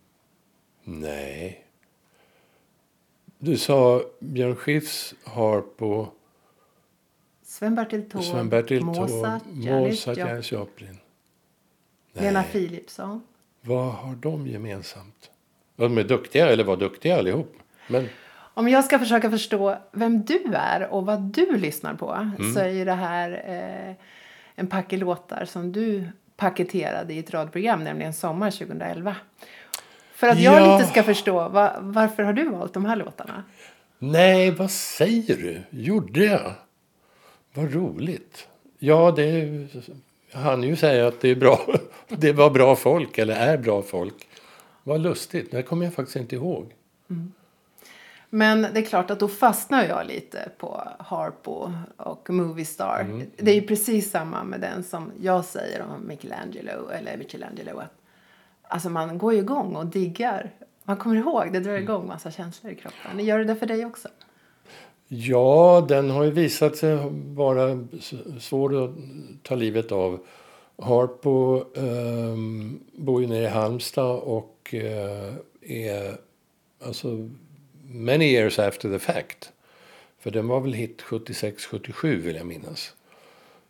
Nej. Du sa Björn Skifs, Harpo, Sven-Bertil Taube, Sven-Bertil Mozart, Mozart, Janis Joplin. Lena Philipsson. Vad har de gemensamt? De är duktiga, eller var duktiga allihop. Men om jag ska försöka förstå vem du är och vad du lyssnar på, mm. så är det här eh, en packe låtar som du paketerade i ett radioprogram, nämligen Sommar tjugoelva. För att jag ja. lite ska förstå, va, varför har du valt de här låtarna? Nej, vad säger du? Gjorde jag? Vad roligt. Ja, det jag hann ju säga att det är bra. Det var bra folk, eller är bra folk. Vad lustigt, det kommer jag faktiskt inte ihåg. Mm. Men det är klart att då fastnar jag lite på Harpo och Movistar. Mm. Det är ju precis samma med den som jag säger om Michelangelo eller Michelangelo. Att, alltså man går ju igång och diggar. Man kommer ihåg, det drar igång massa känslor i kroppen. Gör det det för dig också? Ja, den har ju visat sig vara svår att ta livet av. Harpo eh, bor ju nere i Halmstad och eh, är alltså many years after the fact. För den var väl hit sjuttiosex sjuttiosju vill jag minnas.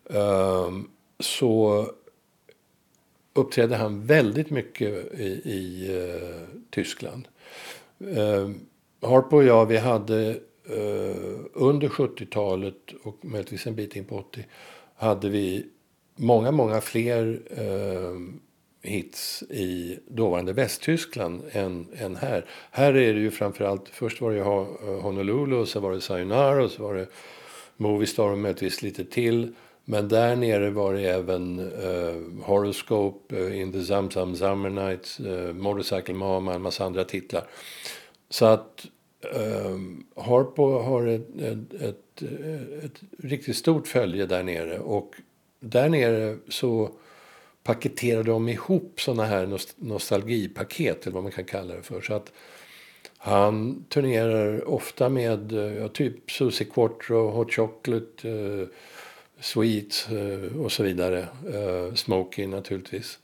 Um, så uppträdde han väldigt mycket i, i uh, Tyskland. Uh, Harpo och jag, vi hade uh, under sjuttiotalet och möjligtvis en bit in på åttio hade vi många, många fler uh, hits i dåvarande Västtyskland än, än här. Här är det ju framförallt, först var det Honolulu och så var det Sayonara och så var det Movie Star och möjligtvis lite till. Men där nere var det även uh, Horoscope, uh, In the Zamzam Summer Nights, uh, Motorcycle Mama, en massa andra titlar. Så att uh, Harpo har ett, ett, ett, ett riktigt stort följe där nere. Och där nere så paketerar de ihop såna här nost- nostalgipaket, eller vad man kan kalla det för. Så att han turnerar ofta med ja, typ Susie Quattro, Hot Chocolate, uh, Sweet uh, och så vidare. Uh, Smokey naturligtvis.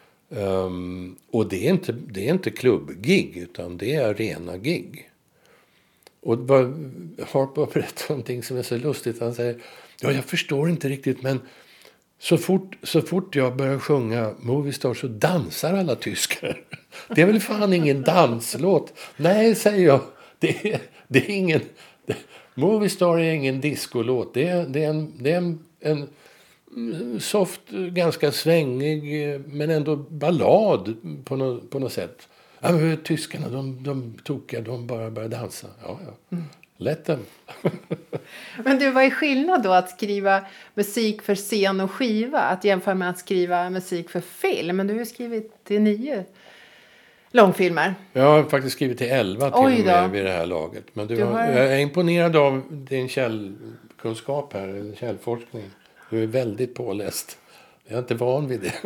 Um, och det är inte, det är inte klubbgig, utan det är rena gig. Och Harpo berättar någonting som är så lustigt. Han säger, ja, jag förstår inte riktigt, men så fort, så fort jag börjar sjunga Movie Star så dansar alla tyskar. Det är väl fan ingen danslåt? Nej, säger jag. Det är, det är ingen... Det, Movie Star är ingen discolåt. Det är, det är, en, det är en, en soft, ganska svängig, men ändå ballad på något, på något sätt. Ja, men tyskarna, de, de tokiga, de bara börjar dansa. Ja, ja. Mm. Let them. Men du, vad är skillnad då att skriva musik för scen och skiva att jämföra med att skriva musik för film? Men du har ju skrivit till nio långfilmer. Jag har faktiskt skrivit till elva till och med vid det här laget. Men du, du har... jag är imponerad av din källkunskap här, eller källforskning. Du är väldigt påläst. Jag är inte van vid det.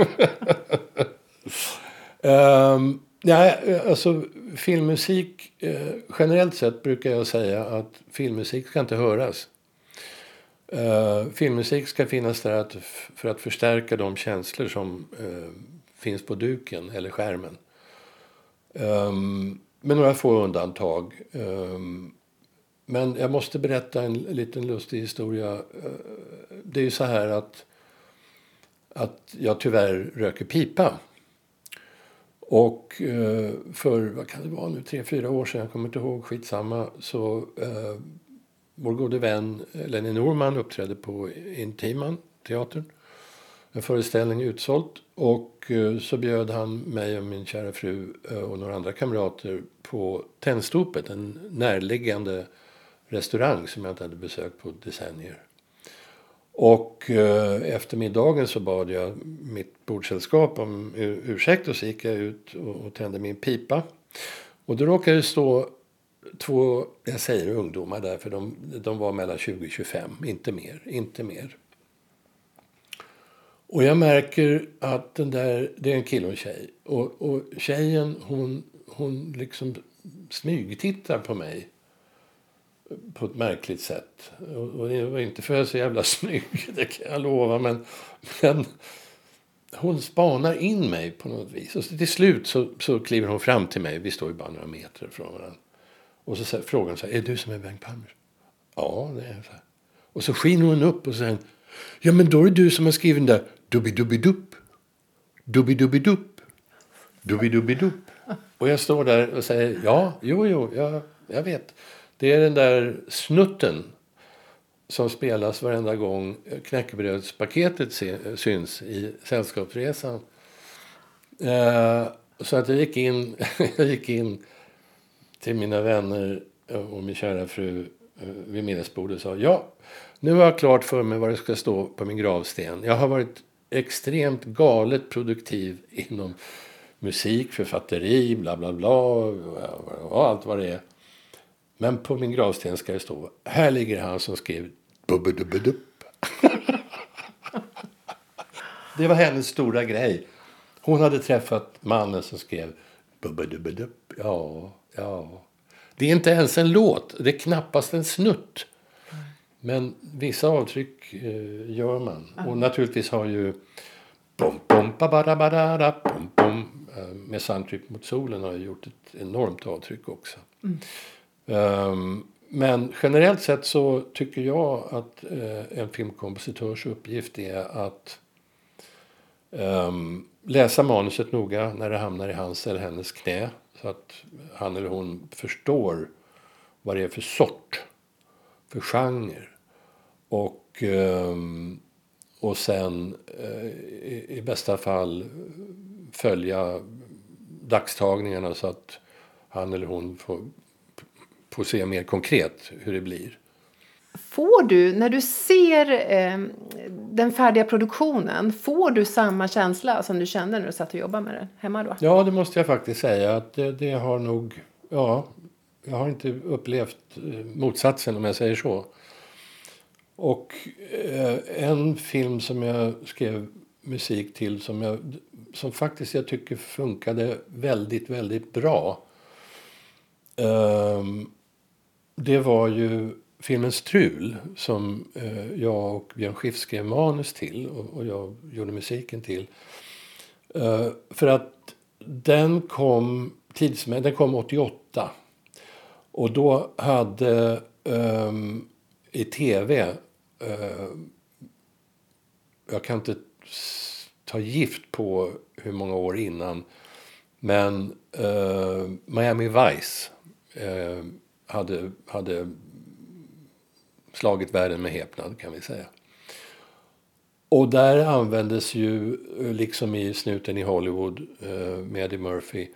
um, ja, alltså filmmusik, eh, generellt sett brukar jag säga att filmmusik ska inte höras. Uh, filmmusik ska finnas där att, för att förstärka de känslor som uh, finns på duken eller skärmen. Um, med några få undantag. Um, men jag måste berätta en liten lustig historia. Uh, det är ju så här att, att jag tyvärr röker pipa. Och uh, för, vad kan det vara nu, tre, fyra år sedan, jag kommer inte ihåg, skitsamma, så uh, vår gode vän Lenny Norman uppträdde på Intiman, teatern. En föreställning utsålt. Och uh, så bjöd han mig och min kära fru uh, och några andra kamrater på Tennstopet, en närliggande restaurang som jag inte hade besökt på decennier. Och uh, efter middagen så bad jag mitt bordsällskap om ur- ursäkt och så gick jag ut och, och tände min pipa. Och då råkade det stå två, jag säger ungdomar där, för de, de var mellan tjugo och tjugofem, inte mer, inte mer. Och jag märker att den där, det är en kille och en tjej. Och, och tjejen, hon, hon liksom smygtittar på mig på ett märkligt sätt. Och, och det var inte för att jag är så jävla snygg, det kan jag lova, men, men hon spanar in mig på något vis. Och så till slut så, så kliver hon fram till mig, vi står ju bara några meter från varandra. Och så frågar hon så här, är du som är Bengt Palmer? Ja, det är så här. Och så skiner hon upp och säger, ja, men då är det du som har skrivit den där dubbi-dubbi-dupp, dubbi-dubbi-dupp, dubbi-dubbi-dupp. Och jag står där och säger, ja, jo, jo, jag, jag vet. Det är den där snutten som spelas varenda gång knäckebrödspaketet se, syns i Sällskapsresan. Uh, så att jag gick in, jag gick in till mina vänner och min kära fru vid middagsbordet och sa, ja, nu har jag klart för mig vad det ska stå på min gravsten. Jag har varit extremt galet produktiv inom musik, författeri, bla bla bla och allt vad det är. Men på min gravsten ska det stå, här ligger han som skrev bubbedubbedupp. Det var hennes stora grej. Hon hade träffat mannen som skrev bubbedubbedupp. Ja, ja. Det är inte ens en låt, det är knappast en snutt. Men vissa avtryck eh, gör man. Mm. Och naturligtvis har ju bom, bom, babadabadada, bom, bom, eh, med Sandtrip mot solen har gjort ett enormt avtryck också. Mm. Um, men generellt sett så tycker jag att eh, en filmkompositörs uppgift är att um, läsa manuset noga när det hamnar i hans eller hennes knä. Så att han eller hon förstår vad det är för sort, för genre. Och, um, och sen uh, i, i bästa fall följa dagstagningarna så att han eller hon får, får se mer konkret hur det blir. Får du, när du ser eh, den färdiga produktionen, får du samma känsla som du kände när du satt och jobbade med den hemma då? Ja, det måste jag faktiskt säga. Att det, det har nog, ja, jag har inte upplevt motsatsen om jag säger så. Och eh, en film som jag skrev musik till som, jag, som faktiskt jag tycker funkade väldigt, väldigt bra. Eh, det var ju filmen Strul som eh, jag och Björn Skifs skrev manus till och, och jag gjorde musiken till. Uh, för att den kom tidsmässigt, den kom åttioåtta. Och då hade um, i tv, uh, jag kan inte ta gift på hur många år innan, men uh, Miami Vice uh, hade, hade slagit världen med häpnad, kan vi säga. Och där användes ju, liksom i Snuten i Hollywood med Eddie Murphy,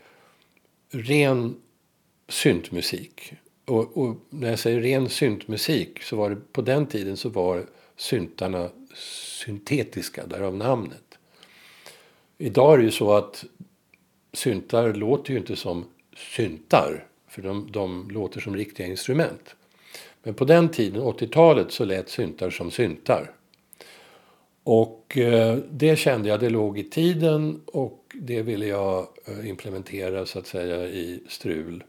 ren syntmusik. Och, och när jag säger ren syntmusik så var det på den tiden så var syntarna syntetiska, därav namnet. Idag är det ju så att syntar låter ju inte som syntar, för de, de låter som riktiga instrument. Men på den tiden, åttiotalet, så lät syntar som syntar. Och eh, det kände jag, det låg i tiden och det ville jag eh, implementera så att säga i Strul.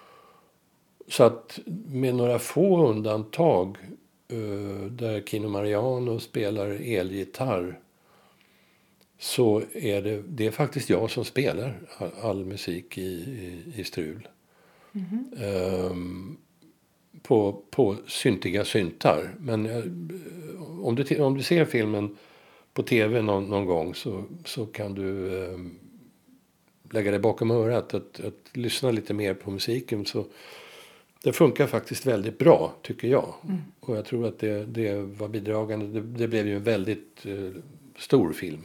Så att med några få undantag eh, där Kino Mariano spelar elgitarr så är det, det är faktiskt jag som spelar all, all musik i, i, i Strul. Mm-hmm. Um, på, på syntiga syntar. Men eh, om, du, om du ser filmen på tv någon, någon gång så, så kan du eh, lägga dig bakom örat att, att lyssna lite mer på musiken. Så det funkar faktiskt väldigt bra, tycker jag. Mm. Och jag tror att det, det var bidragande. Det, det blev ju en väldigt eh, stor film.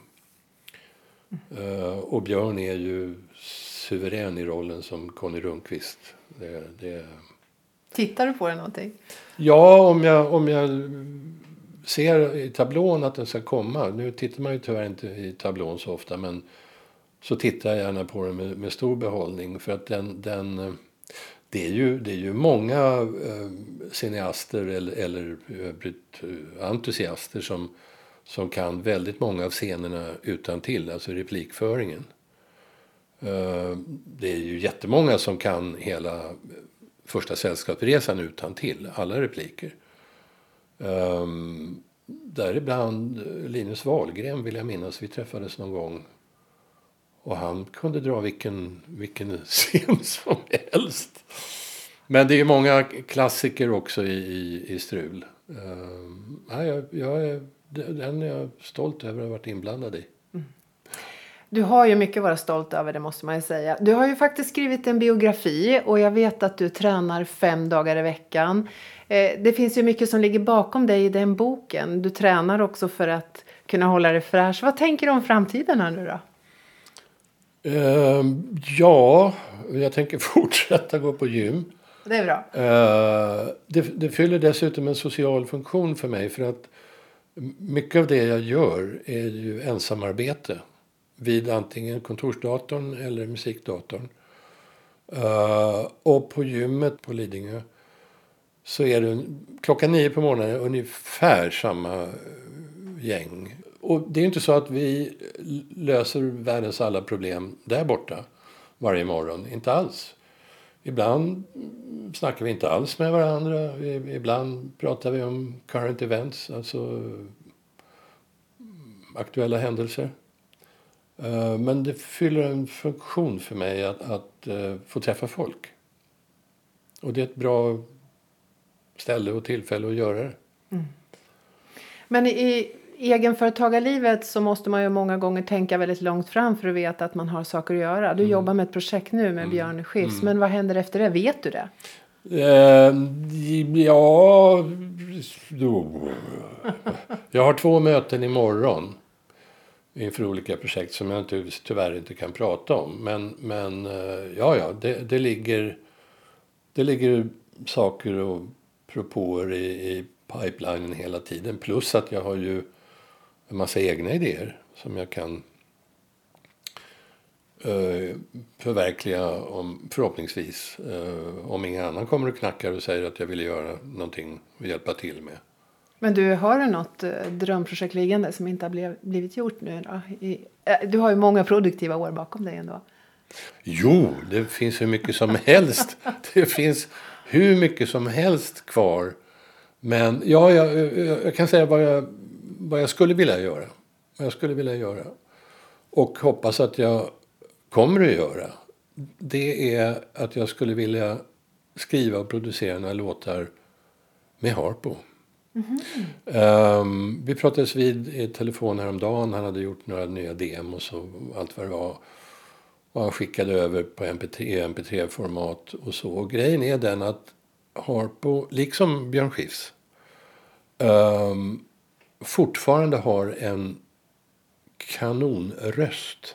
Mm. Uh, och Björn är ju suverän i rollen som Conny Rundqvist. Det, det... Tittar du på det någonting? Ja, om jag, om jag ser i tablån att den ska komma. Nu tittar man ju tyvärr inte i tablån så ofta, men så tittar jag gärna på den med, med stor behållning. För att den, den, det, är ju, det är ju många eh, cineaster eller, eller övrigt entusiaster som, som kan väldigt många av scenerna utan till, alltså replikföringen. Eh, det är ju jättemånga som kan hela Första sällskapsresan utan till, alla repliker. Um, däribland Linus Wahlgren vill jag minnas, vi träffades någon gång. Och han kunde dra vilken, vilken scen som helst. Men det är många klassiker också i, i, i Strul. Um, ja, jag, jag är, den är jag stolt över att ha varit inblandad i. Mm. Du har ju mycket att vara stolt över, det måste man ju säga. Du har ju faktiskt skrivit en biografi och jag vet att du tränar fem dagar i veckan. Eh, det finns ju mycket som ligger bakom dig i den boken. Du tränar också för att kunna hålla dig fräsch. Vad tänker du om framtiden här nu då? Uh, ja, jag tänker fortsätta gå på gym. Det är bra. Uh, det, det fyller dessutom en social funktion för mig. För att mycket av det jag gör är ju ensamarbete. Vid antingen kontorsdatorn eller musikdatorn. Uh, och på gymmet på Lidingö så är det klockan nio på morgonen ungefär samma gäng. Och det är inte så att vi löser världens alla problem där borta varje morgon. Inte alls. Ibland snackar vi inte alls med varandra. Ibland pratar vi om current events, alltså aktuella händelser. Men det fyller en funktion för mig att, att uh, få träffa folk. Och det är ett bra, ställe och tillfälle att göra det. Mm. Men i egenföretagarlivet så måste man ju många gånger tänka väldigt långt fram för att veta att man har saker att göra. Du mm. jobbar med ett projekt nu med mm. Björn Skifs. Mm. Men vad händer efter det? Vet du det? Uh, ja... Då. Jag har två möten imorgon inför olika projekt som jag inte, tyvärr inte kan prata om. Men, men ja, ja, det, det, ligger, det ligger saker och propåer i, i pipelinen hela tiden. Plus att jag har ju en massa egna idéer som jag kan uh, förverkliga om, förhoppningsvis. Uh, om ingen annan kommer och knackar och säger att jag vill göra någonting och hjälpa till med. Men du, har du något drömprojekt liggande som inte har blivit gjort nu då? I, du har ju många produktiva år bakom dig ändå. Jo, det finns hur mycket som helst. Det finns hur mycket som helst kvar. Men ja, jag, jag, jag kan säga vad jag, vad jag skulle vilja göra. Vad jag skulle vilja göra. Och hoppas att jag kommer att göra. Det är att jag skulle vilja skriva och producera några låtar med Harpo. Mm-hmm. Um, vi pratades vid i telefon häromdagen. Han hade gjort några nya demos och allt vad det var. Och han skickade över på M P tre, M P tre-format och så. Och grejen är den att Harpo, liksom Björn Skifs, um, fortfarande har en kanonröst.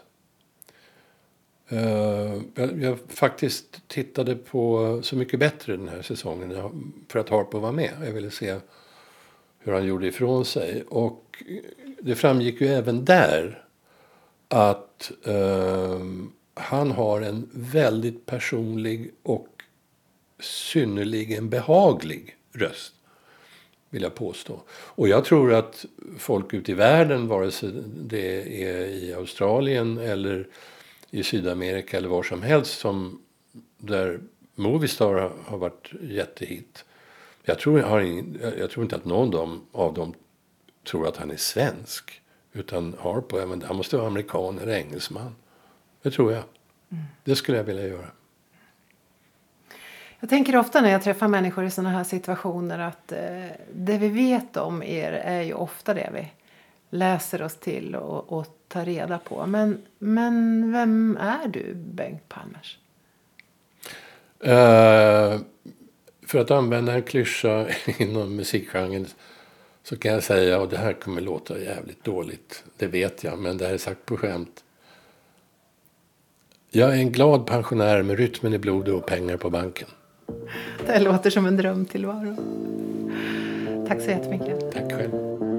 Uh, jag, jag faktiskt tittade på Så mycket bättre den här säsongen för att Harpo var med. Jag ville se hur han gjorde ifrån sig. Och det framgick ju även där att uh, han har en väldigt personlig och synnerligen behaglig röst, vill jag påstå. Och jag tror att folk ute i världen, vare sig det är i Australien eller i Sydamerika eller var som helst, som där Movistar har varit jättehit. Jag tror, jag, har ingen, jag tror inte att någon av dem, av dem tror att han är svensk. Utan Harpo, ja, men han måste vara amerikan eller engelsman. Det tror jag. Mm. Det skulle jag vilja göra. Jag tänker ofta när jag träffar människor i sådana här situationer att eh, det vi vet om er är ju ofta det vi läser oss till och, och tar reda på. Men, men vem är du, Bengt Palmers? Uh, för att använda en klyscha inom musikgenren så kan jag säga, och det här kommer låta jävligt dåligt, det vet jag, men det här är sagt på skämt. Jag är en glad pensionär med rytmen i blodet och pengar på banken. Det låter som en drömtillvaro. Tack så jättemycket. Tack själv.